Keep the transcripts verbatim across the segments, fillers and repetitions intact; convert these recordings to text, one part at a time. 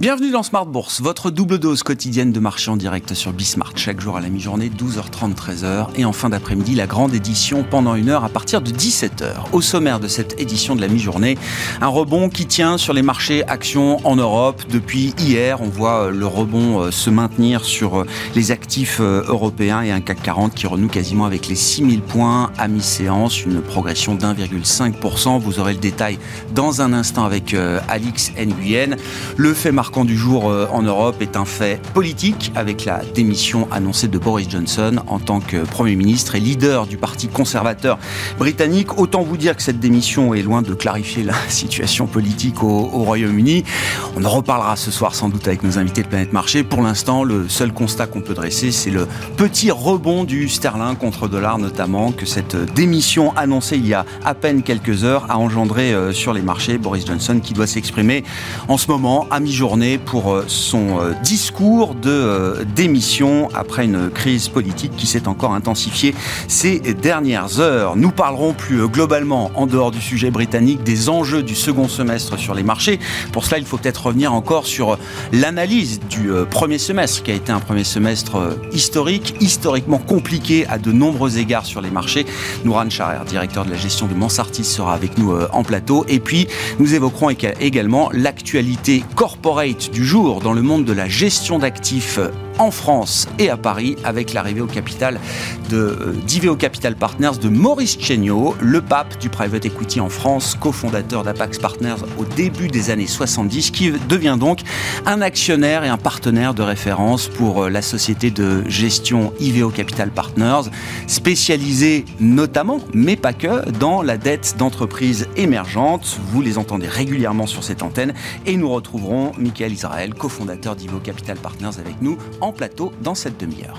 Bienvenue dans Smart Bourse, votre double dose quotidienne de marché en direct sur Bismart. Chaque jour à la mi-journée, douze heures trente, treize heures. Et en fin d'après-midi, la grande édition pendant une heure à partir de dix-sept heures. Au sommaire de cette édition de la mi-journée, un rebond qui tient sur les marchés actions en Europe. Depuis hier, on voit le rebond se maintenir sur les actifs européens et un C A C quarante qui renoue quasiment avec les six mille points à mi-séance. Une progression d'un virgule cinq pour cent. Vous aurez le détail dans un instant avec Alix Nguyen. Le fait marquant du jour en Europe est un fait politique avec la démission annoncée de Boris Johnson en tant que Premier ministre et leader du Parti conservateur britannique. Autant vous dire que cette démission est loin de clarifier la situation politique au, au Royaume-Uni. On en reparlera ce soir sans doute avec nos invités de Planète Marché. Pour l'instant, le seul constat qu'on peut dresser, c'est le petit rebond du sterling contre dollar notamment, que cette démission annoncée il y a à peine quelques heures a engendré sur les marchés. Boris Johnson qui doit s'exprimer en ce moment à mi-journée pour son discours de démission après une crise politique qui s'est encore intensifiée ces dernières heures. Nous parlerons plus globalement, en dehors du sujet britannique, des enjeux du second semestre sur les marchés. Pour cela, il faut peut-être revenir encore sur l'analyse du premier semestre, qui a été un premier semestre historique, historiquement compliqué à de nombreux égards sur les marchés. Nouran Charer, directeur de la gestion de Mansartis, sera avec nous en plateau. Et puis, nous évoquerons également l'actualité corporate du jour dans le monde de la gestion d'actifs en France et à Paris, avec l'arrivée au capital de euh, d'Iveo Capital Partners de Maurice Chéniaud, le pape du private equity en France, cofondateur d'Apax Partners au début des années soixante-dix, qui devient donc un actionnaire et un partenaire de référence pour euh, la société de gestion Iveo Capital Partners, spécialisée notamment, mais pas que, dans la dette d'entreprises émergentes. Vous les entendez régulièrement sur cette antenne et nous retrouverons Michael Israël, cofondateur d'Iveo Capital Partners, avec nous en plateau dans cette demi-heure.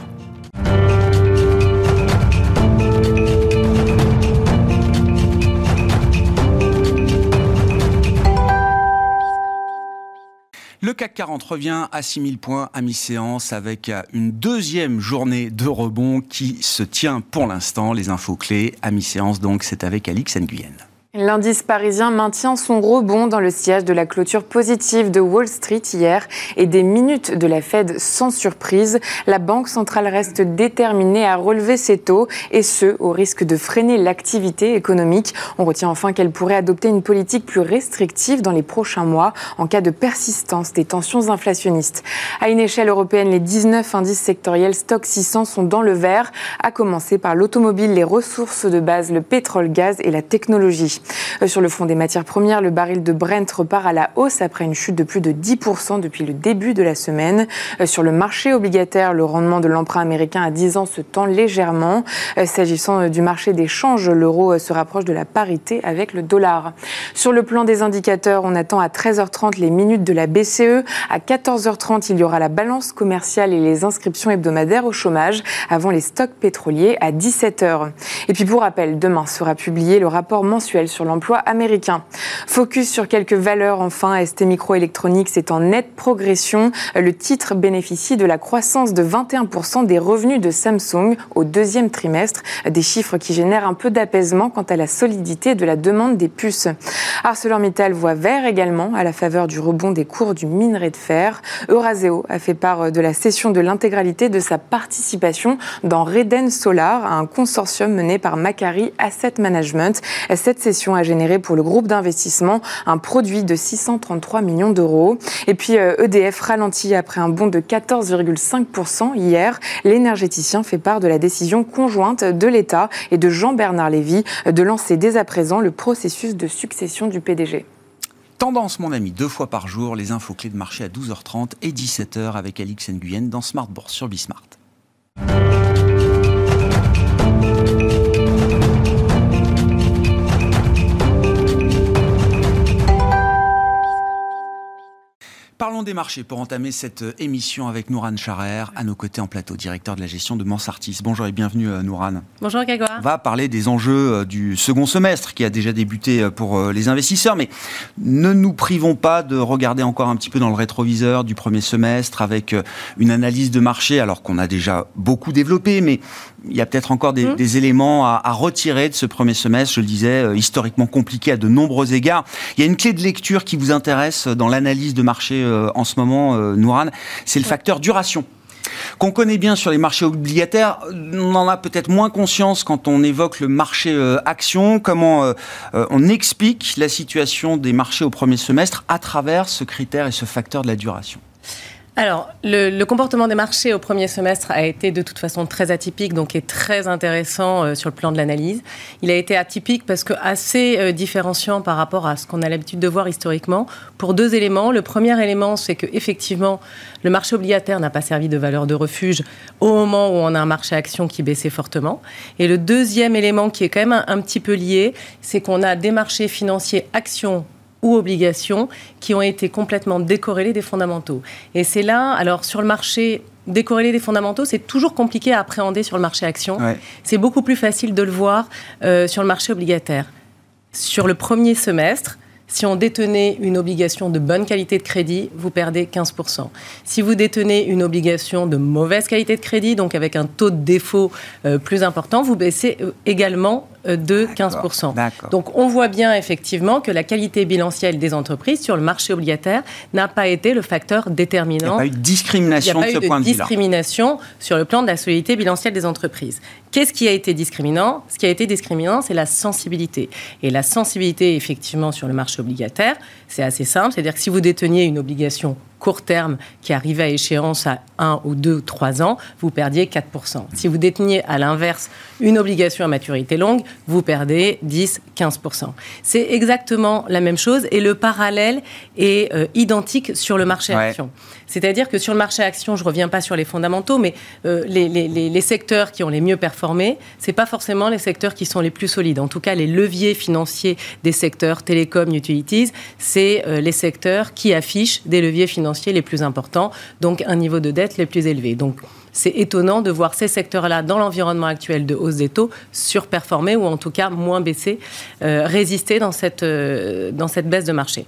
Le C A C quarante revient à six mille points à mi-séance avec une deuxième journée de rebond qui se tient pour l'instant. Les infos clés à mi-séance, donc c'est avec Alix Nguyen. L'indice parisien maintient son rebond dans le sillage de la clôture positive de Wall Street hier et des minutes de la Fed sans surprise. La Banque centrale reste déterminée à relever ses taux et ce, au risque de freiner l'activité économique. On retient enfin qu'elle pourrait adopter une politique plus restrictive dans les prochains mois en cas de persistance des tensions inflationnistes. À une échelle européenne, les dix-neuf indices sectoriels Stoxx six cents sont dans le vert, à commencer par l'automobile, les ressources de base, le pétrole, gaz et la technologie. Sur le front des matières premières, le baril de Brent repart à la hausse après une chute de plus de dix pour cent depuis le début de la semaine. Sur le marché obligataire, le rendement de l'emprunt américain à dix ans se tend légèrement. S'agissant du marché des changes, l'euro se rapproche de la parité avec le dollar. Sur le plan des indicateurs, on attend à treize heures trente les minutes de la B C E. À quatorze heures trente, il y aura la balance commerciale et les inscriptions hebdomadaires au chômage avant les stocks pétroliers à dix-sept heures. Et puis pour rappel, demain sera publié le rapport mensuel sur l'emploi américain. Focus sur quelques valeurs enfin. S T Microelectronics est en nette progression. Le titre bénéficie de la croissance de vingt et un pour cent des revenus de Samsung au deuxième trimestre. Des chiffres qui génèrent un peu d'apaisement quant à la solidité de la demande des puces. ArcelorMittal voit vert également à la faveur du rebond des cours du minerai de fer. Euraseo a fait part de la cession de l'intégralité de sa participation dans Reden Solar, un consortium mené par Macquarie Asset Management. Cette cession a généré pour le groupe d'investissement un produit de six cent trente-trois millions d'euros. Et puis E D F ralentit après un bond de quatorze virgule cinq pour cent hier. L'énergéticien fait part de la décision conjointe de l'État et de Jean-Bernard Lévy de lancer dès à présent le processus de succession du P D G. Tendance, mon ami, deux fois par jour, les infos clés de marché à douze heures trente et dix-sept heures avec Alix Nguyen dans Smart Bourse sur Bismart. Parlons des marchés pour entamer cette émission avec Nouran Charer, à nos côtés en plateau, directeur de la gestion de Mansartis. Bonjour et bienvenue Nouran. Bonjour Grégoire. On va parler des enjeux du second semestre qui a déjà débuté pour les investisseurs, mais ne nous privons pas de regarder encore un petit peu dans le rétroviseur du premier semestre avec une analyse de marché, alors qu'on a déjà beaucoup développé, mais il y a peut-être encore des, mmh. des éléments à, à retirer de ce premier semestre, je le disais, euh, historiquement compliqué à de nombreux égards. Il y a une clé de lecture qui vous intéresse dans l'analyse de marché euh, en ce moment, euh, Nourane, c'est le facteur duration. Qu'on connaît bien sur les marchés obligataires, on en a peut-être moins conscience quand on évoque le marché euh, action. Comment euh, euh, on explique la situation des marchés au premier semestre à travers ce critère et ce facteur de la duration ? Alors, le, le comportement des marchés au premier semestre a été de toute façon très atypique, donc est très intéressant euh, sur le plan de l'analyse. Il a été atypique parce que assez euh, différenciant par rapport à ce qu'on a l'habitude de voir historiquement, pour deux éléments. Le premier élément, c'est qu'effectivement, le marché obligataire n'a pas servi de valeur de refuge au moment où on a un marché action qui baissait fortement. Et le deuxième élément qui est quand même un, un petit peu lié, c'est qu'on a des marchés financiers actions ou obligations qui ont été complètement décorrélés des fondamentaux. Et c'est là, alors sur le marché décorrélé des fondamentaux, c'est toujours compliqué à appréhender sur le marché action. Ouais. C'est beaucoup plus facile de le voir euh, sur le marché obligataire. Sur le premier semestre, si on détenait une obligation de bonne qualité de crédit, vous perdez quinze pour cent. Si vous détenez une obligation de mauvaise qualité de crédit, donc avec un taux de défaut euh, plus important, vous baissez euh, également euh, de quinze pour cent. D'accord, d'accord. Donc on voit bien effectivement que la qualité bilancielle des entreprises sur le marché obligataire n'a pas été le facteur déterminant. Il n'y a pas eu de discrimination de ce point de vue-là. Il n'y a pas eu de discrimination sur le plan de la solidité bilancielle des entreprises. Qu'est-ce qui a été discriminant ? Ce qui a été discriminant, c'est la sensibilité. Et la sensibilité, effectivement, sur le marché obligataire, c'est assez simple. C'est-à-dire que si vous déteniez une obligation court terme qui arrivait à échéance à un ou deux ou trois ans, vous perdiez quatre pour cent. Si vous déteniez à l'inverse une obligation à maturité longue, vous perdez dix à quinze pour cent. C'est exactement la même chose et le parallèle est euh, identique sur le marché ouais. action. C'est-à-dire que sur le marché action, je ne reviens pas sur les fondamentaux, mais euh, les, les, les secteurs qui ont les mieux performé, ce n'est pas forcément les secteurs qui sont les plus solides. En tout cas, les leviers financiers des secteurs télécom, utilities, c'est euh, les secteurs qui affichent des leviers financiers les plus importants, donc un niveau de dette les plus élevé. Donc, c'est étonnant de voir ces secteurs-là, dans l'environnement actuel de hausse des taux, surperformer ou en tout cas moins baisser, euh, résister dans cette, euh, dans cette baisse de marché.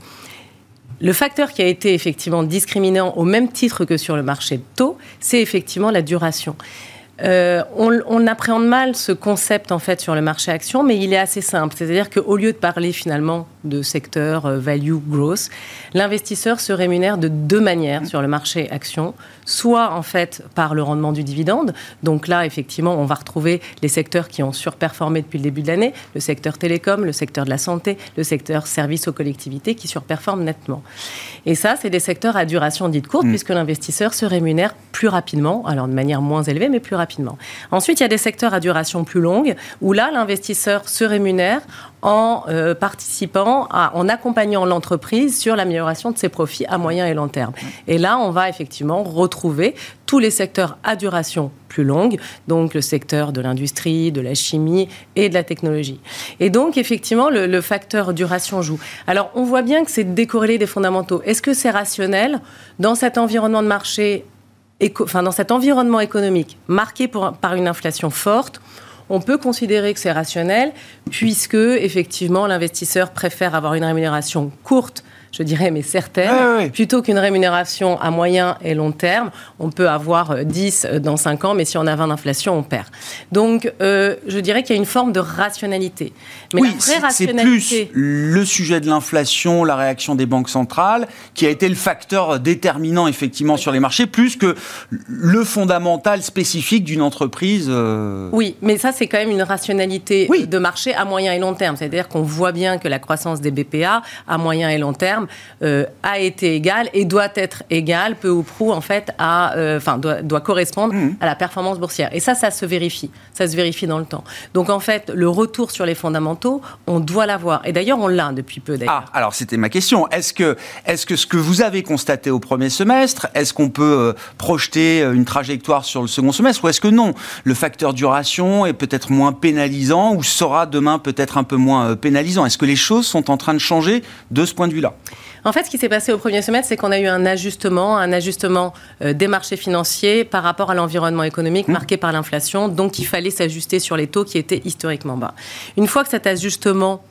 Le facteur qui a été effectivement discriminant au même titre que sur le marché de taux, c'est effectivement la duration. Euh, on, on appréhende mal ce concept en fait sur le marché action, mais il est assez simple. C'est-à-dire qu'au lieu de parler finalement de secteur euh, value growth, l'investisseur se rémunère de deux manières sur le marché action. Soit en fait par le rendement du dividende. Donc là, effectivement, on va retrouver les secteurs qui ont surperformé depuis le début de l'année, le secteur télécom, le secteur de la santé, le secteur services aux collectivités qui surperforment nettement. Et ça, c'est des secteurs à duration dite courte, mmh. puisque l'investisseur se rémunère plus rapidement, alors de manière moins élevée, mais plus rapidement. Ensuite, il y a des secteurs à duration plus longue, où là, l'investisseur se rémunère en euh, participant, à, en accompagnant l'entreprise sur l'amélioration de ses profits à moyen et long terme. Et là, on va effectivement retrouver tous les secteurs à duration plus longue, donc le secteur de l'industrie, de la chimie et de la technologie. Et donc, effectivement, le, le facteur duration joue. Alors, on voit bien que c'est décorrélé des fondamentaux. Est-ce que c'est rationnel dans cet environnement de marché, éco, enfin, dans cet environnement économique marqué pour, par une inflation forte? On peut considérer que c'est rationnel puisque, effectivement, l'investisseur préfère avoir une rémunération courte, je dirais, mais certaine, ah oui. plutôt qu'une rémunération à moyen et long terme. On peut avoir dix dans cinq ans, mais si on a vingt d'inflation, on perd. Donc, euh, je dirais qu'il y a une forme de rationalité. Mais oui, la vraie c'est, rationalité... c'est plus le sujet de l'inflation, la réaction des banques centrales, qui a été le facteur déterminant, effectivement, oui. sur les marchés, plus que le fondamental spécifique d'une entreprise. Euh... Oui, mais ça, c'est quand même une rationalité oui. de marché à moyen et long terme. C'est-à-dire qu'on voit bien que la croissance des B P A, à moyen et long terme, Euh, a été égale et doit être égale, peu ou prou, en fait, à, enfin, euh, doit, doit correspondre mmh. à la performance boursière. Et ça, ça se vérifie. Ça se vérifie dans le temps. Donc, en fait, le retour sur les fondamentaux, on doit l'avoir. Et d'ailleurs, on l'a depuis peu, d'ailleurs. Ah, alors, c'était ma question. Est-ce que, est-ce que ce que vous avez constaté au premier semestre, est-ce qu'on peut euh, projeter une trajectoire sur le second semestre ou est-ce que non? Le facteur duration est peut-être moins pénalisant ou sera demain peut-être un peu moins euh, pénalisant. Est-ce que les choses sont en train de changer de ce point de vue-là? En fait, ce qui s'est passé au premier semestre, c'est qu'on a eu un ajustement, un ajustement euh, des marchés financiers par rapport à l'environnement économique mmh. marqué par l'inflation. Donc, il fallait s'ajuster sur les taux qui étaient historiquement bas. Une fois que cet ajustement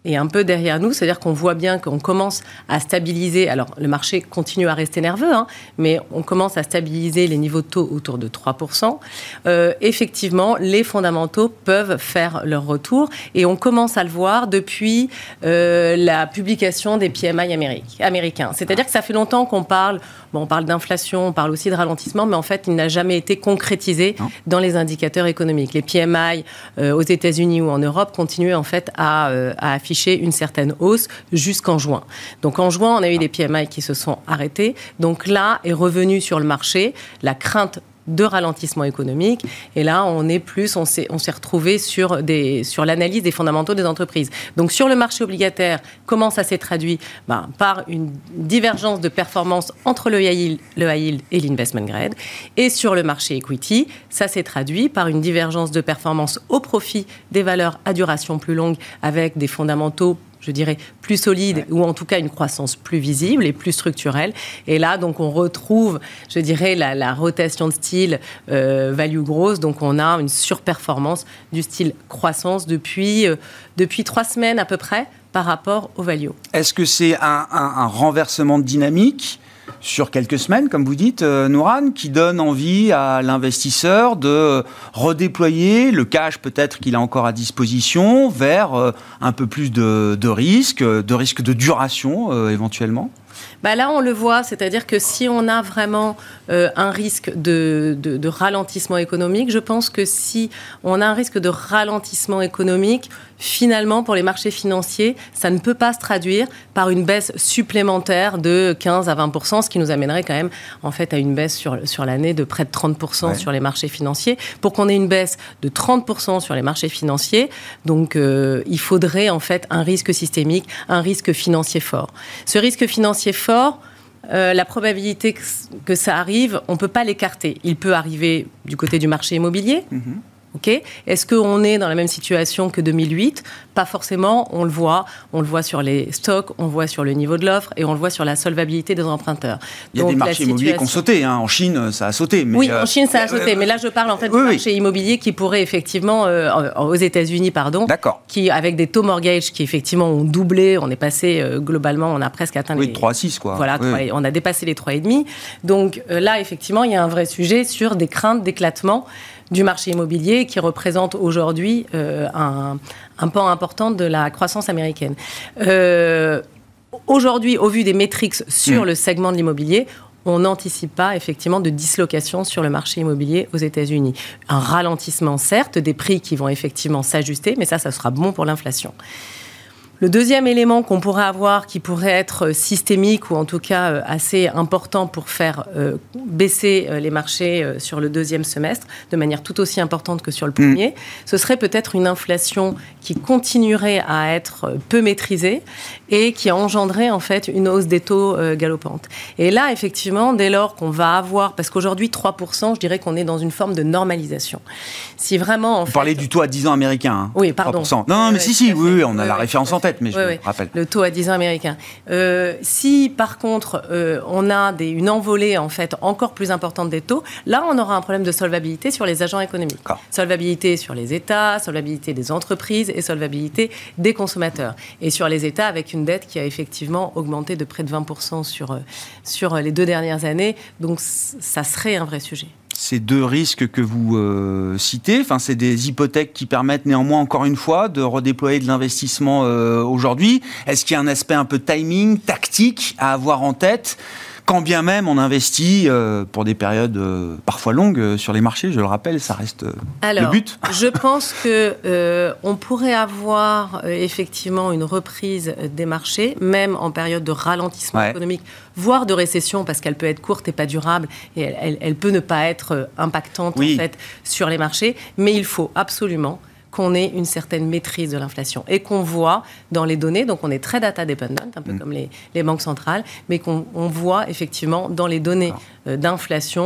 est un peu derrière nous, c'est-à-dire qu'on voit bien qu'on commence à stabiliser, alors le marché continue à rester nerveux, hein, mais on commence à stabiliser les niveaux de taux autour de trois pour cent. Euh, effectivement, les fondamentaux peuvent faire leur retour et on commence à le voir depuis euh, la publication des P M I américains. américains. C'est-à-dire que ça fait longtemps qu'on parle, bon, on parle d'inflation, on parle aussi de ralentissement, mais en fait, il n'a jamais été concrétisé non. dans les indicateurs économiques. Les P M I euh, aux États-Unis ou en Europe continuent en fait à, euh, à afficher une certaine hausse jusqu'en juin. Donc en juin, on a eu des P M I qui se sont arrêtés. Donc là est revenue sur le marché la crainte de ralentissement économique. Et là, on est plus, on s'est, on s'est retrouvé sur, des, sur l'analyse des fondamentaux des entreprises. Donc, sur le marché obligataire, comment ça s'est traduit ? Ben, par une divergence de performance entre le high yield, le high yield et l'investment grade. Et sur le marché equity, ça s'est traduit par une divergence de performance au profit des valeurs à duration plus longue avec des fondamentaux je dirais, plus solide, ouais. ou en tout cas une croissance plus visible et plus structurelle. Et là, donc, on retrouve, je dirais, la, la rotation de style euh, value growth. Donc, on a une surperformance du style croissance depuis, euh, depuis trois semaines à peu près par rapport au value. Est-ce que c'est un, un, un renversement de dynamique sur quelques semaines, comme vous dites, euh, Nourane, qui donne envie à l'investisseur de redéployer le cash peut-être qu'il a encore à disposition vers euh, un peu plus de, de risques, de risques de duration euh, éventuellement ? Bah là, on le voit, c'est-à-dire que si on a vraiment euh, un risque de, de, de ralentissement économique, je pense que si on a un risque de ralentissement économique, finalement, pour les marchés financiers, ça ne peut pas se traduire par une baisse supplémentaire de quinze à vingt pour cent, ce qui nous amènerait quand même, en fait, à une baisse sur, sur l'année de près de trente pour cent ouais. sur les marchés financiers. Pour qu'on ait une baisse de trente pour cent sur les marchés financiers, donc euh, il faudrait, en fait, un risque systémique, un risque financier fort. Ce risque financier fort, Euh, la probabilité que, que ça arrive, on ne peut pas l'écarter. Il peut arriver du côté du marché immobilier. Mmh. Okay. Est-ce qu'on est dans la même situation que deux mille huit ? Pas forcément, on le voit. On le voit sur les stocks, on le voit sur le niveau de l'offre et on le voit sur la solvabilité des emprunteurs. Il y a Donc, des marchés situation... immobiliers qui ont sauté. Hein. En Chine, ça a sauté. Mais oui, euh... en Chine, ça a sauté. Mais là, je parle en fait oui, du marché oui. immobilier qui pourrait effectivement, euh, aux États-Unis, pardon, D'accord. qui avec des taux mortgage qui effectivement ont doublé. On est passé, euh, globalement, on a presque atteint oui, les... trois virgule six, quoi. Voilà, oui. trois, on a dépassé les trois virgule cinq. Donc euh, là, effectivement, il y a un vrai sujet sur des craintes d'éclatement du marché immobilier qui représente aujourd'hui euh, un, un pan important de la croissance américaine. Euh, aujourd'hui, au vu des métriques sur mmh. le segment de l'immobilier, on n'anticipe pas effectivement de dislocation sur le marché immobilier aux États-Unis. Un ralentissement, certes, des prix qui vont effectivement s'ajuster, mais ça, ça sera bon pour l'inflation. Le deuxième élément qu'on pourrait avoir, qui pourrait être systémique ou en tout cas assez important pour faire euh, baisser les marchés euh, sur le deuxième semestre, de manière tout aussi importante que sur le premier, mmh. ce serait peut-être une inflation qui continuerait à être peu maîtrisée et qui engendrerait en fait une hausse des taux euh, galopante. Et là, effectivement, dès lors qu'on va avoir, parce qu'aujourd'hui trois pour cent, je dirais qu'on est dans une forme de normalisation. Si vraiment, en Vous fait, parlez du taux à dix ans américain. Hein, oui, pardon. trois pour cent. Non, non mais euh, si, si, oui, oui, on a oui, la oui, référence oui, en tête, mais je oui, me oui. rappelle. Le taux à dix ans américain. Euh, si, par contre, euh, on a des, une envolée, en fait, encore plus importante des taux, là, on aura un problème de solvabilité sur les agents économiques. D'accord. Solvabilité sur les États, solvabilité des entreprises et solvabilité des consommateurs. Et sur les États, avec une dette qui a effectivement augmenté de près de vingt pour cent sur, sur les deux dernières années. Donc, ça serait un vrai sujet. Ces deux risques que vous euh, citez, enfin, c'est des hypothèques qui permettent néanmoins, encore une fois, de redéployer de l'investissement euh, aujourd'hui. Est-ce qu'il y a un aspect un peu timing, tactique à avoir en tête ? Quand bien même on investit euh, pour des périodes euh, parfois longues euh, sur les marchés, je le rappelle, ça reste euh, Alors, le but. Je pense que euh, on pourrait avoir euh, effectivement une reprise des marchés, même en période de ralentissement ouais. économique, voire de récession, parce qu'elle peut être courte et pas durable, et elle, elle, elle peut ne pas être impactante oui. en fait sur les marchés. Mais il faut absolument qu'on ait une certaine maîtrise de l'inflation et qu'on voit dans les données, donc on est très data dependent, un peu mmh. comme les, les banques centrales, mais qu'on on voit effectivement dans les données euh, d'inflation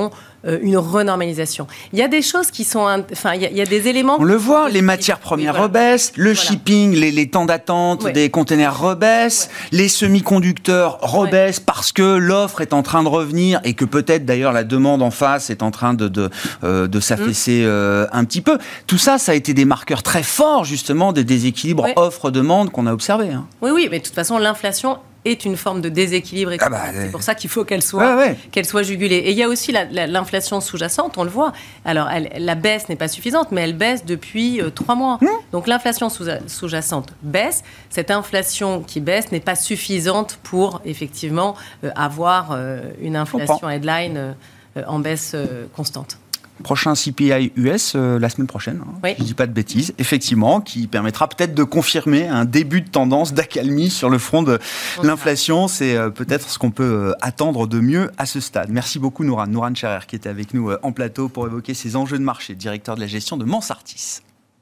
euh, une renormalisation. Il y a des choses qui sont... Un, enfin, il y, a, il y a des éléments... On le voit, les matières premières oui, voilà. rebaissent, le voilà. shipping, les, les temps d'attente ouais. des containers rebaissent, ouais. les semi-conducteurs rebaissent ouais. parce que l'offre est en train de revenir et que peut-être d'ailleurs la demande en face est en train de, de, euh, de s'affaisser mmh. euh, un petit peu. Tout ça, ça a été des marqueurs très forts justement des déséquilibres ouais. offre-demande qu'on a observés. Hein. Oui, oui, mais de toute façon, l'inflation est une forme de déséquilibre économique. Ah bah, c'est pour ça qu'il faut qu'elle soit, ouais, ouais. qu'elle soit jugulée. Et il y a aussi la, la, l'inflation sous-jacente, on le voit. Alors, elle, la baisse n'est pas suffisante, mais elle baisse depuis euh, trois mois. Mmh. Donc, l'inflation sous, sous-jacente baisse. Cette inflation qui baisse n'est pas suffisante pour, effectivement, euh, avoir euh, une inflation headline euh, en baisse euh, constante. Prochain C P I U S euh, la semaine prochaine, hein, oui. je ne dis pas de bêtises, effectivement, qui permettra peut-être de confirmer un début de tendance d'accalmie sur le front de l'inflation. C'est euh, peut-être ce qu'on peut euh, attendre de mieux à ce stade. Merci beaucoup Nouran. Nouran Cherer qui était avec nous euh, en plateau pour évoquer ces enjeux de marché, directeur de la gestion de Mansartis.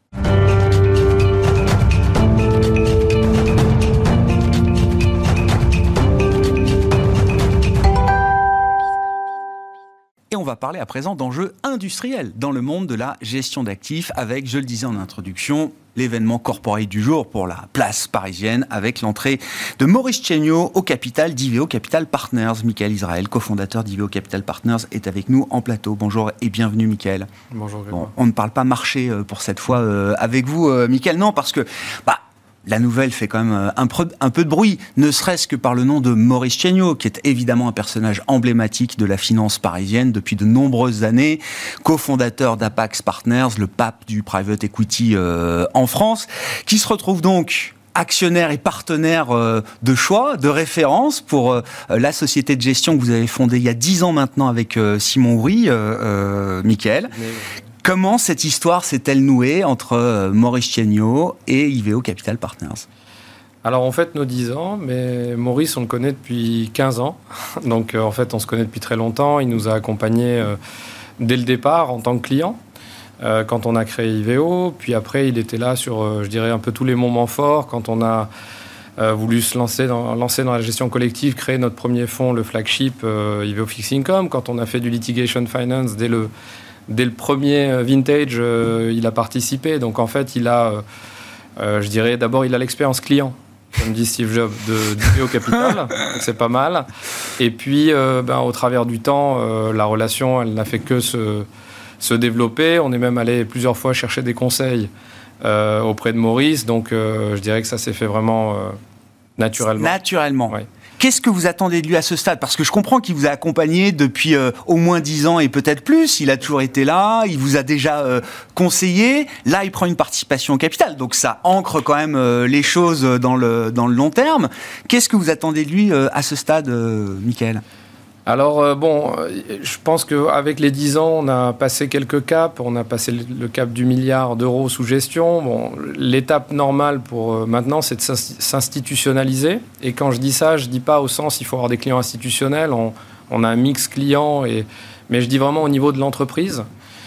Et on va parler à présent d'enjeux industriels dans le monde de la gestion d'actifs avec, je le disais en introduction, l'événement corporate du jour pour la place parisienne avec l'entrée de Maurice Chéniaud au capital d'I V O Capital Partners. Michael Israël, cofondateur d'I V O Capital Partners, est avec nous en plateau. Bonjour et bienvenue Michael. Bonjour. Bon, on ne parle pas marché pour cette fois euh, avec vous euh, Michael, non parce que... Bah, la nouvelle fait quand même un peu, un peu de bruit, ne serait-ce que par le nom de Maurice Chéniaud, qui est évidemment un personnage emblématique de la finance parisienne depuis de nombreuses années, cofondateur d'Apax Partners, le pape du private equity euh, en France, qui se retrouve donc actionnaire et partenaire euh, de choix, de référence pour euh, la société de gestion que vous avez fondée il y a dix ans maintenant avec euh, Simon Houry, euh, euh, Michael. Mais... Comment cette histoire s'est-elle nouée entre euh, Maurice Chéniaud et I V O Capital Partners ? Alors on fête nos dix ans, mais Maurice on le connaît depuis quinze ans. Donc euh, en fait on se connaît depuis très longtemps. Il nous a accompagnés euh, dès le départ en tant que client. Euh, quand on a créé I V O, puis après il était là sur, euh, je dirais, un peu tous les moments forts. Quand on a euh, voulu se lancer dans, lancer dans la gestion collective, créer notre premier fonds, le flagship euh, I V O Fixed Income. Quand on a fait du litigation finance dès le... Dès le premier vintage, euh, il a participé. Donc, en fait, il a, euh, euh, je dirais, d'abord, il a l'expérience client, comme dit Steve Jobs, de, d'I V O Capital. C'est pas mal. Et puis, euh, ben, au travers du temps, euh, la relation, elle n'a fait que se, se développer. On est même allé plusieurs fois chercher des conseils euh, auprès de Maurice. Donc, euh, je dirais que ça s'est fait vraiment euh, naturellement. Naturellement. Oui. Qu'est-ce que vous attendez de lui à ce stade ? Parce que je comprends qu'il vous a accompagné depuis euh, au moins dix ans et peut-être plus. Il a toujours été là, il vous a déjà euh, conseillé. Là, il prend une participation au capital. Donc ça ancre quand même euh, les choses dans le, dans le long terme. Qu'est-ce que vous attendez de lui euh, à ce stade, euh, Michael ? Alors, euh, bon, je pense qu'avec les dix ans, on a passé quelques caps. On a passé le cap du milliard d'euros sous gestion. Bon, l'étape normale pour euh, maintenant, c'est de s'institutionnaliser. Et quand je dis ça, je ne dis pas au sens il faut avoir des clients institutionnels. On, on a un mix client, et, mais je dis vraiment au niveau de l'entreprise.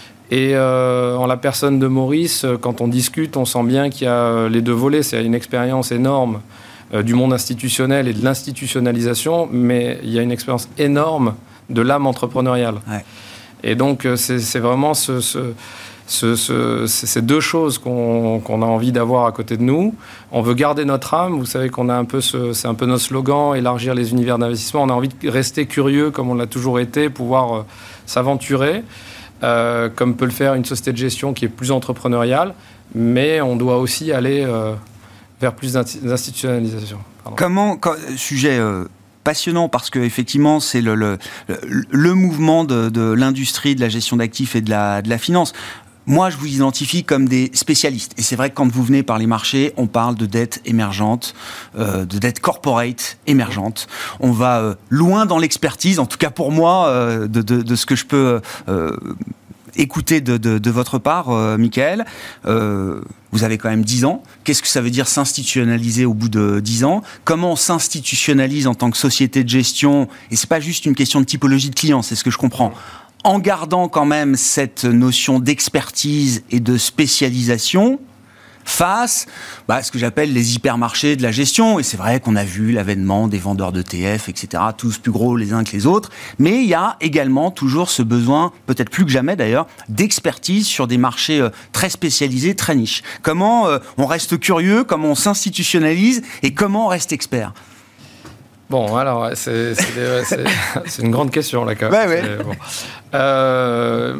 Et euh, en la personne de Maurice, quand on discute, on sent bien qu'il y a les deux volets. C'est une expérience énorme du monde institutionnel et de l'institutionnalisation, mais il y a une expérience énorme de l'âme entrepreneuriale. Ouais. Et donc, c'est, c'est vraiment ce, ce, ce, ce, ces deux choses qu'on, qu'on a envie d'avoir à côté de nous. On veut garder notre âme. Vous savez qu'on a un peu ce, c'est un peu notre slogan, élargir les univers d'investissement. On a envie de rester curieux, comme on l'a toujours été, pouvoir euh, s'aventurer, euh, comme peut le faire une société de gestion qui est plus entrepreneuriale, mais on doit aussi aller... Euh, vers plus d'institutionnalisation. Pardon. Comment, quand, sujet euh, passionnant parce que effectivement c'est le, le, le, le mouvement de, de l'industrie de la gestion d'actifs et de la, de la finance. Moi, je vous identifie comme des spécialistes. Et c'est vrai que quand vous venez par les marchés, on parle de dette émergente, euh, de dette corporate émergente. On va euh, loin dans l'expertise, en tout cas pour moi, euh, de, de, de ce que je peux... Euh, écouter de, de, de votre part, euh, Michael. Euh, vous avez quand même dix ans. Qu'est-ce que ça veut dire s'institutionnaliser au bout de dix ans ? Comment on s'institutionnalise en tant que société de gestion ? Et c'est pas juste une question de typologie de clients, c'est ce que je comprends. En gardant quand même cette notion d'expertise et de spécialisation, face bah, à ce que j'appelle les hypermarchés de la gestion. Et c'est vrai qu'on a vu l'avènement des vendeurs d'E T F, et cetera, tous plus gros les uns que les autres. Mais il y a également toujours ce besoin, peut-être plus que jamais d'ailleurs, d'expertise sur des marchés euh, très spécialisés, très niches. Comment euh, on reste curieux, comment on s'institutionnalise et comment on reste expert? Bon, alors, c'est, c'est, des, c'est, c'est une grande question, là, quand même. Ouais, ouais. Bon. Euh,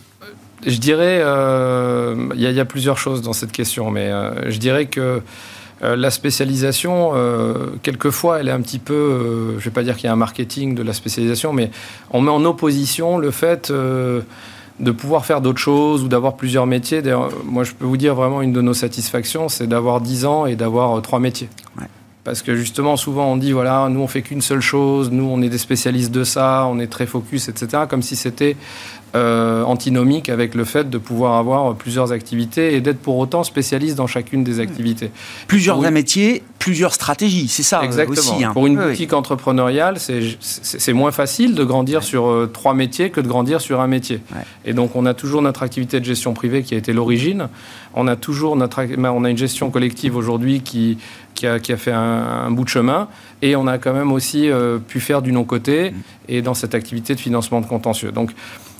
je dirais, il euh, y, y a plusieurs choses dans cette question, mais euh, je dirais que euh, la spécialisation, euh, quelquefois, elle est un petit peu, euh, je ne vais pas dire qu'il y a un marketing de la spécialisation, mais on met en opposition le fait euh, de pouvoir faire d'autres choses ou d'avoir plusieurs métiers. D'ailleurs, moi, je peux vous dire vraiment, une de nos satisfactions, c'est d'avoir dix ans et d'avoir euh, trois métiers. Ouais. Parce que justement, souvent, on dit, voilà, nous, on fait qu'une seule chose, nous, on est des spécialistes de ça, on est très focus, et cetera, comme si c'était euh, antinomique avec le fait de pouvoir avoir plusieurs activités et d'être pour autant spécialiste dans chacune des activités. Plusieurs oui. métiers, plusieurs stratégies, c'est ça. Exactement. Aussi. Hein. Pour une oui, boutique oui. entrepreneuriale, c'est, c'est, c'est moins facile de grandir ouais. sur euh, trois métiers que de grandir sur un métier. Ouais. Et donc, on a toujours notre activité de gestion privée qui a été l'origine. On a toujours notre, on a une gestion collective aujourd'hui qui Qui a, qui a fait un, un bout de chemin, et on a quand même aussi euh, pu faire du non-coté et dans cette activité de financement de contentieux. Donc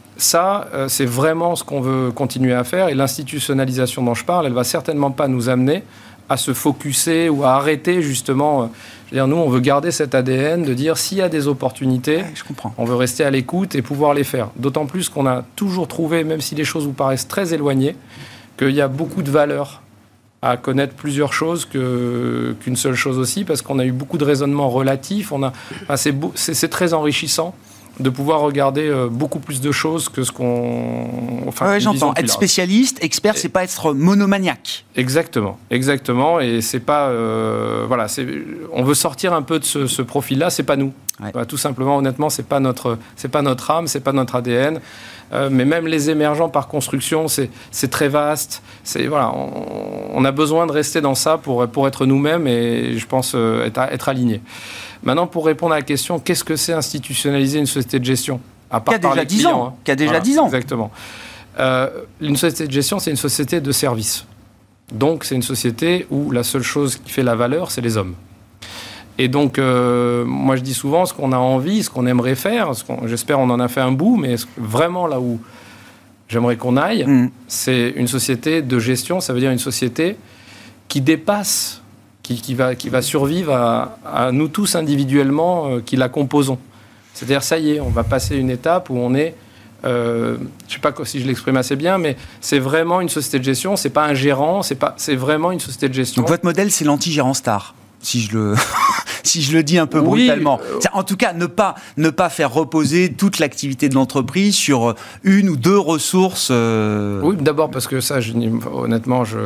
ça, euh, c'est vraiment ce qu'on veut continuer à faire, et l'institutionnalisation dont je parle, elle va certainement pas nous amener à se focuser ou à arrêter justement. Euh, je veux dire, nous, on veut garder cet A D N de dire s'il y a des opportunités, ouais, je comprends. On veut rester à l'écoute et pouvoir les faire. D'autant plus qu'on a toujours trouvé, même si les choses vous paraissent très éloignées, qu'il y a beaucoup de valeur à connaître plusieurs choses que, qu'une seule chose aussi, parce qu'on a eu beaucoup de raisonnements relatifs. On a, enfin, c'est, beau, c'est, c'est très enrichissant de pouvoir regarder euh, beaucoup plus de choses que ce qu'on... Enfin, ouais, j'entends. Être spécialiste, expert, c'est pas être monomaniaque. Exactement, exactement. Et c'est pas... Euh, voilà, c'est, on veut sortir un peu de ce, ce profil-là, c'est pas nous. Ouais. Voilà, tout simplement, honnêtement, c'est pas notre, c'est pas notre âme, c'est pas notre A D N. Euh, mais même les émergents par construction, c'est, c'est très vaste. C'est, voilà, on, on a besoin de rester dans ça pour, pour être nous-mêmes et, je pense, euh, être, être alignés. Maintenant, pour répondre à la question, qu'est-ce que c'est institutionnaliser une société de gestion? À part qui a déjà dix ans. Hein. Qui a déjà voilà, dix ans. Exactement. Euh, une société de gestion, c'est une société de service. Donc, c'est une société où la seule chose qui fait la valeur, c'est les hommes. Et donc, euh, moi, je dis souvent, ce qu'on a envie, ce qu'on aimerait faire, ce qu'on, j'espère on en a fait un bout, mais vraiment là où j'aimerais qu'on aille, mmh. c'est une société de gestion, ça veut dire une société qui dépasse, qui, qui, va, qui va survivre à, à nous tous individuellement euh, qui la composons. C'est-à-dire, ça y est, on va passer une étape où on est... Euh, je ne sais pas si je l'exprime assez bien, mais c'est vraiment une société de gestion, c'est pas un gérant, c'est, pas, c'est vraiment une société de gestion. Donc votre modèle, c'est l'anti-gérant star, si je le... si je le dis un peu oui, brutalement. Euh, en tout cas, ne pas, ne pas faire reposer toute l'activité de l'entreprise sur une ou deux ressources. Euh... Oui, d'abord parce que ça, je, honnêtement, je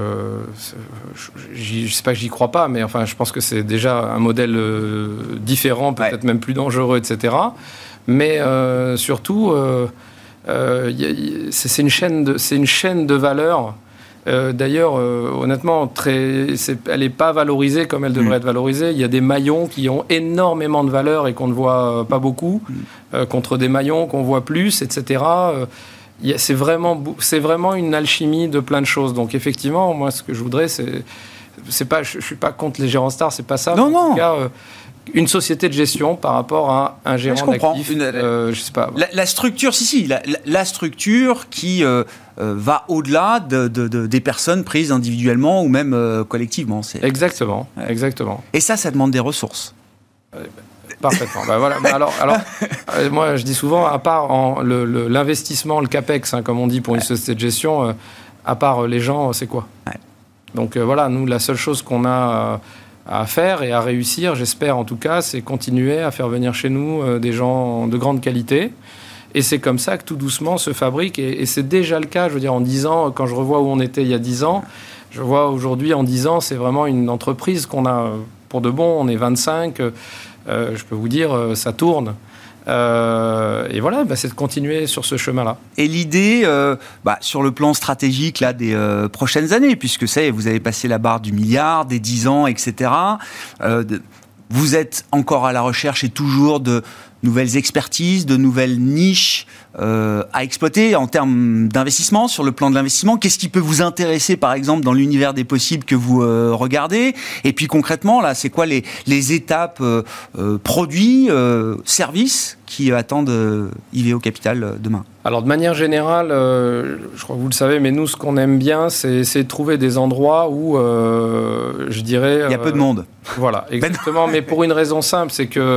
ne sais pas que j'y crois pas, mais enfin, je pense que c'est déjà un modèle euh, différent, peut-être ouais. même plus dangereux, et cetera. Mais euh, surtout, euh, euh, y a, y, c'est, c'est, une chaîne de, c'est une chaîne de valeur. Euh, d'ailleurs, euh, honnêtement, très, c'est, elle n'est pas valorisée comme elle devrait mmh. être valorisée. Il y a des maillons qui ont énormément de valeur et qu'on ne voit euh, pas beaucoup, mmh. euh, contre des maillons qu'on voit plus, et cetera. Euh, y a, c'est, vraiment, c'est vraiment une alchimie de plein de choses. Donc, effectivement, moi, ce que je voudrais, c'est... c'est pas, je ne suis pas contre les gérants stars, c'est pas ça. Non, non. En tout cas, euh, une société de gestion par rapport à un gérant d'actifs. Une, euh, je sais pas. La, la structure, si, si, la, la structure qui euh, euh, va au-delà de, de, de, des personnes prises individuellement ou même euh, collectivement. C'est... Exactement, ouais. exactement. Et ça, ça demande des ressources. Euh, Parfaitement. bah, voilà. bah, alors, alors euh, moi, je dis souvent, à part en, le, le, l'investissement, le CAPEX, hein, comme on dit pour une ouais. société de gestion, euh, à part les gens, c'est quoi ouais. Donc euh, voilà, nous, la seule chose qu'on a... Euh, à faire et à réussir, j'espère en tout cas, c'est continuer à faire venir chez nous euh, des gens de grande qualité. Et c'est comme ça que tout doucement se fabrique. Et, et c'est déjà le cas, je veux dire, en dix ans, quand je revois où on était il y a dix ans, je vois aujourd'hui, en dix ans, c'est vraiment une entreprise qu'on a pour de bon. On est vingt-cinq, euh, je peux vous dire, euh, ça tourne. Euh, et voilà, bah, c'est de continuer sur ce chemin-là. Et l'idée, euh, bah, sur le plan stratégique là, des euh, prochaines années, puisque ça y est, vous avez passé la barre du milliard, des dix ans, et cetera. Euh, de, vous êtes encore à la recherche et toujours de nouvelles expertises, de nouvelles niches euh, à exploiter en termes d'investissement, sur le plan de l'investissement? Qu'est-ce qui peut vous intéresser, par exemple, dans l'univers des possibles que vous euh, regardez? Et puis concrètement, là, c'est quoi les, les étapes euh, euh, produits, euh, services qui attendent euh, Iveo Capital euh, demain? Alors, de manière générale, euh, je crois que vous le savez, mais nous, ce qu'on aime bien, c'est essayer de trouver des endroits où, euh, je dirais... Il y a euh, peu de monde. Voilà, exactement. Mais pour une raison simple, c'est que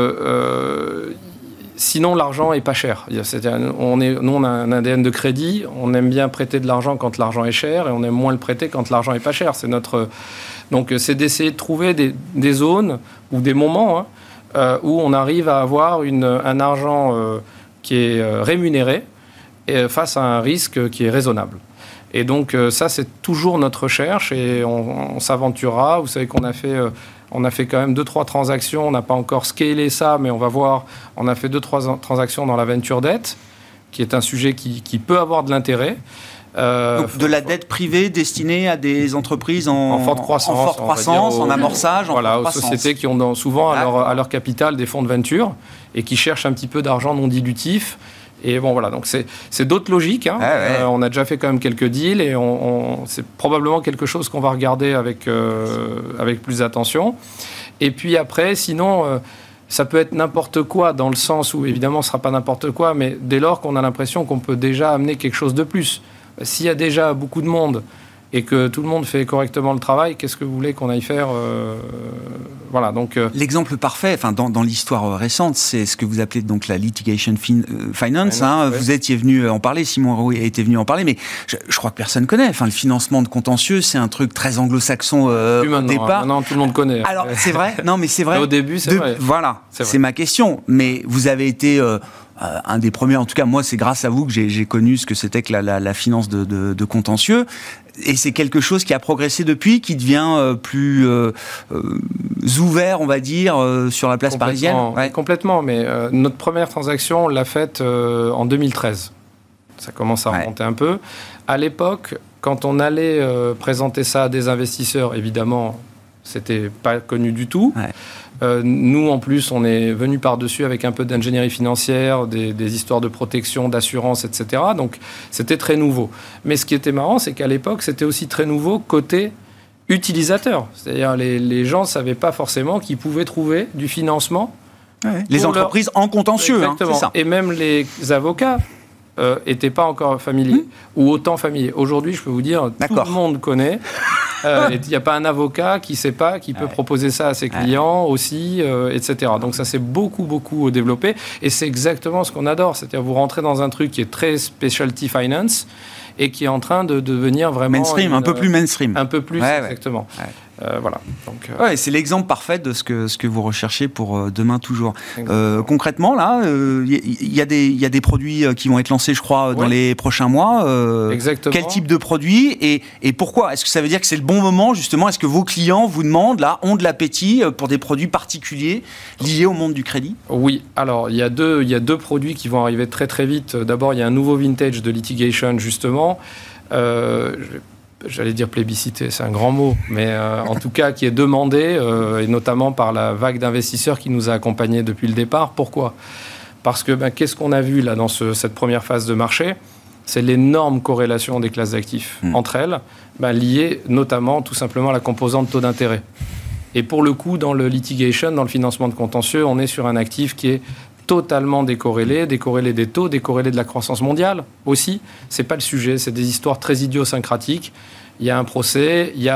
euh, sinon, l'argent est pas cher. C'est-à-dire, on est, nous, on a un A D N de crédit. On aime bien prêter de l'argent quand l'argent est cher et on aime moins le prêter quand l'argent est pas cher. C'est notre... Donc, c'est d'essayer de trouver des, des zones ou des moments hein, euh, où on arrive à avoir une, un argent euh, qui est euh, rémunéré et face à un risque qui est raisonnable. Et donc ça, c'est toujours notre recherche et on, on s'aventurera. Vous savez qu'on a fait, euh, on a fait quand même deux, trois transactions. On n'a pas encore scalé ça, mais on va voir. On a fait deux, trois transactions dans la venture debt, qui est un sujet qui, qui peut avoir de l'intérêt. Euh, Donc, de la dette privée destinée à des entreprises en, en forte croissance, en, forte croissance, dire, en amorçage, en voilà, forte aux croissance. sociétés qui ont souvent à leur, à leur capital des fonds de venture et qui cherchent un petit peu d'argent non dilutif. Et bon, voilà, donc c'est, c'est d'autres logiques. Hein. Ah ouais. euh, on a déjà fait quand même quelques deals et on, on, c'est probablement quelque chose qu'on va regarder avec, euh, avec plus d'attention. Et puis après, sinon, euh, ça peut être n'importe quoi dans le sens où, évidemment, ce ne sera pas n'importe quoi, mais dès lors qu'on a l'impression qu'on peut déjà amener quelque chose de plus. S'il y a déjà beaucoup de monde et que tout le monde fait correctement le travail, qu'est-ce que vous voulez qu'on aille faire euh, Voilà, donc... Euh... L'exemple parfait, enfin, dans, dans l'histoire récente, c'est ce que vous appelez donc la litigation fin, euh, finance. Hein, ouais. Vous étiez venu en parler, Simon Haroué était venu en parler, mais je, je crois que personne ne connaît. Enfin, le financement de contentieux, c'est un truc très anglo-saxon euh, Plus maintenant, au départ. Hein, maintenant, tout le monde connaît. Alors, c'est vrai Non, mais c'est vrai. Mais au début, c'est de, vrai. Voilà, c'est, c'est ma question. Mais vous avez été... Euh, Euh, un des premiers, en tout cas moi c'est grâce à vous que j'ai, j'ai connu ce que c'était que la, la, la finance de, de, de contentieux, et c'est quelque chose qui a progressé depuis, qui devient euh, plus euh, euh, ouvert, on va dire, euh, sur la place parisienne. Ouais. Complètement, mais euh, notre première transaction on l'a faite euh, en deux mille treize. Ça commence à remonter ouais. un peu. À l'époque, quand on allait euh, présenter ça à des investisseurs, évidemment, c'était pas connu du tout. Ouais. Euh, nous, en plus, on est venu par-dessus avec un peu d'ingénierie financière, des, des histoires de protection, d'assurance, et cetera. Donc, c'était très nouveau. Mais ce qui était marrant, c'est qu'à l'époque, c'était aussi très nouveau côté utilisateur. C'est-à-dire, les, les gens ne savaient pas forcément qu'ils pouvaient trouver du financement. Ouais. Les entreprises leur... en contentieux, exactement. Hein, c'est ça. Et même les avocats n'étaient euh, pas encore familiers, mmh. ou autant familiers. Aujourd'hui, je peux vous dire, D'accord. tout le monde connaît. Il euh, n'y a pas un avocat qui ne sait pas, qui peut ouais. proposer ça à ses clients ouais. aussi, euh, et cetera. Donc ça s'est beaucoup, beaucoup développé. Et c'est exactement ce qu'on adore. C'est-à-dire vous rentrez dans un truc qui est très specialty finance et qui est en train de devenir vraiment... Mainstream, une, un peu plus mainstream. Un peu plus, ouais, exactement. Ouais. Euh, voilà. Donc, euh... ouais, c'est l'exemple parfait de ce que, ce que vous recherchez pour euh, demain toujours. Euh, concrètement, là, il euh, y, y, a des, y a des produits qui vont être lancés, je crois, dans ouais. les prochains mois. Euh, exactement. Quel type de produits et, et pourquoi? Est-ce que ça veut dire que c'est le bon moment, justement? Est-ce que vos clients vous demandent, là, ont de l'appétit pour des produits particuliers liés au monde du crédit? Oui. Alors, il y a deux, il y a deux produits qui vont arriver très, très vite. D'abord, il y a un nouveau vintage de litigation, justement. Euh, je J'allais dire plébiscité, c'est un grand mot, mais euh, en tout cas qui est demandé, euh, et notamment par la vague d'investisseurs qui nous a accompagnés depuis le départ. Pourquoi ? Parce que ben, qu'est-ce qu'on a vu là dans ce, cette première phase de marché ? C'est l'énorme corrélation des classes d'actifs mmh. entre elles, ben, liée notamment tout simplement à la composante taux d'intérêt. Et pour le coup, dans le litigation, dans le financement de contentieux, on est sur un actif qui est totalement décorrélé, décorrélé des taux, décorrélé de la croissance mondiale aussi. C'est pas le sujet, c'est des histoires très idiosyncratiques. Il y a un procès, il y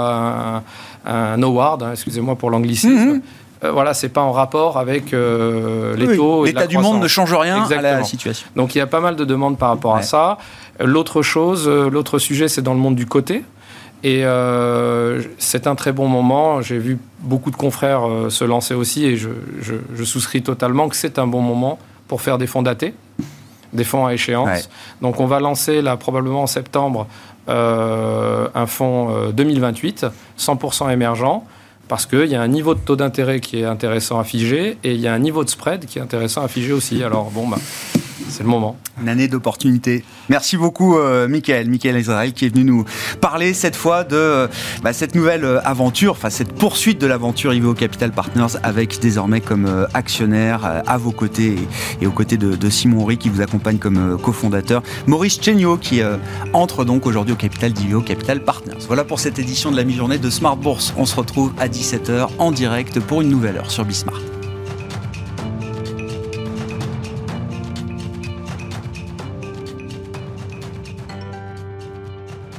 a un, un award, hein, excusez-moi pour l'anglicisme. Mm-hmm. Euh, voilà, c'est pas en rapport avec euh, les oui, taux. Oui. Et l'état la du monde ne change rien Exactement. à la situation. Donc il y a pas mal de demandes par rapport ouais. à ça. L'autre chose, l'autre sujet, c'est dans le monde du coté. Et euh, c'est un très bon moment. J'ai vu beaucoup de confrères euh, se lancer aussi et je, je, je souscris totalement que c'est un bon moment pour faire des fonds datés, des fonds à échéance. Ouais. Donc on va lancer là probablement en septembre euh, un fonds euh, deux mille vingt-huit, cent pour cent émergent, parce qu'il y a un niveau de taux d'intérêt qui est intéressant à figer et il y a un niveau de spread qui est intéressant à figer aussi. Alors bon, bah, c'est le moment. Une année d'opportunités. Merci beaucoup, euh, Michael, Michael Israël, qui est venu nous parler cette fois de euh, bah, cette nouvelle euh, aventure, enfin cette poursuite de l'aventure Iveo Capital Partners, avec désormais comme euh, actionnaire euh, à vos côtés et, et aux côtés de, de Simon Horry qui vous accompagne comme euh, cofondateur, Maurice Chéniaud qui euh, entre donc aujourd'hui au capital d'Iveo Capital Partners. Voilà pour cette édition de la mi-journée de Smart Bourse. On se retrouve à dix-sept heures en direct pour une nouvelle heure sur Bismart.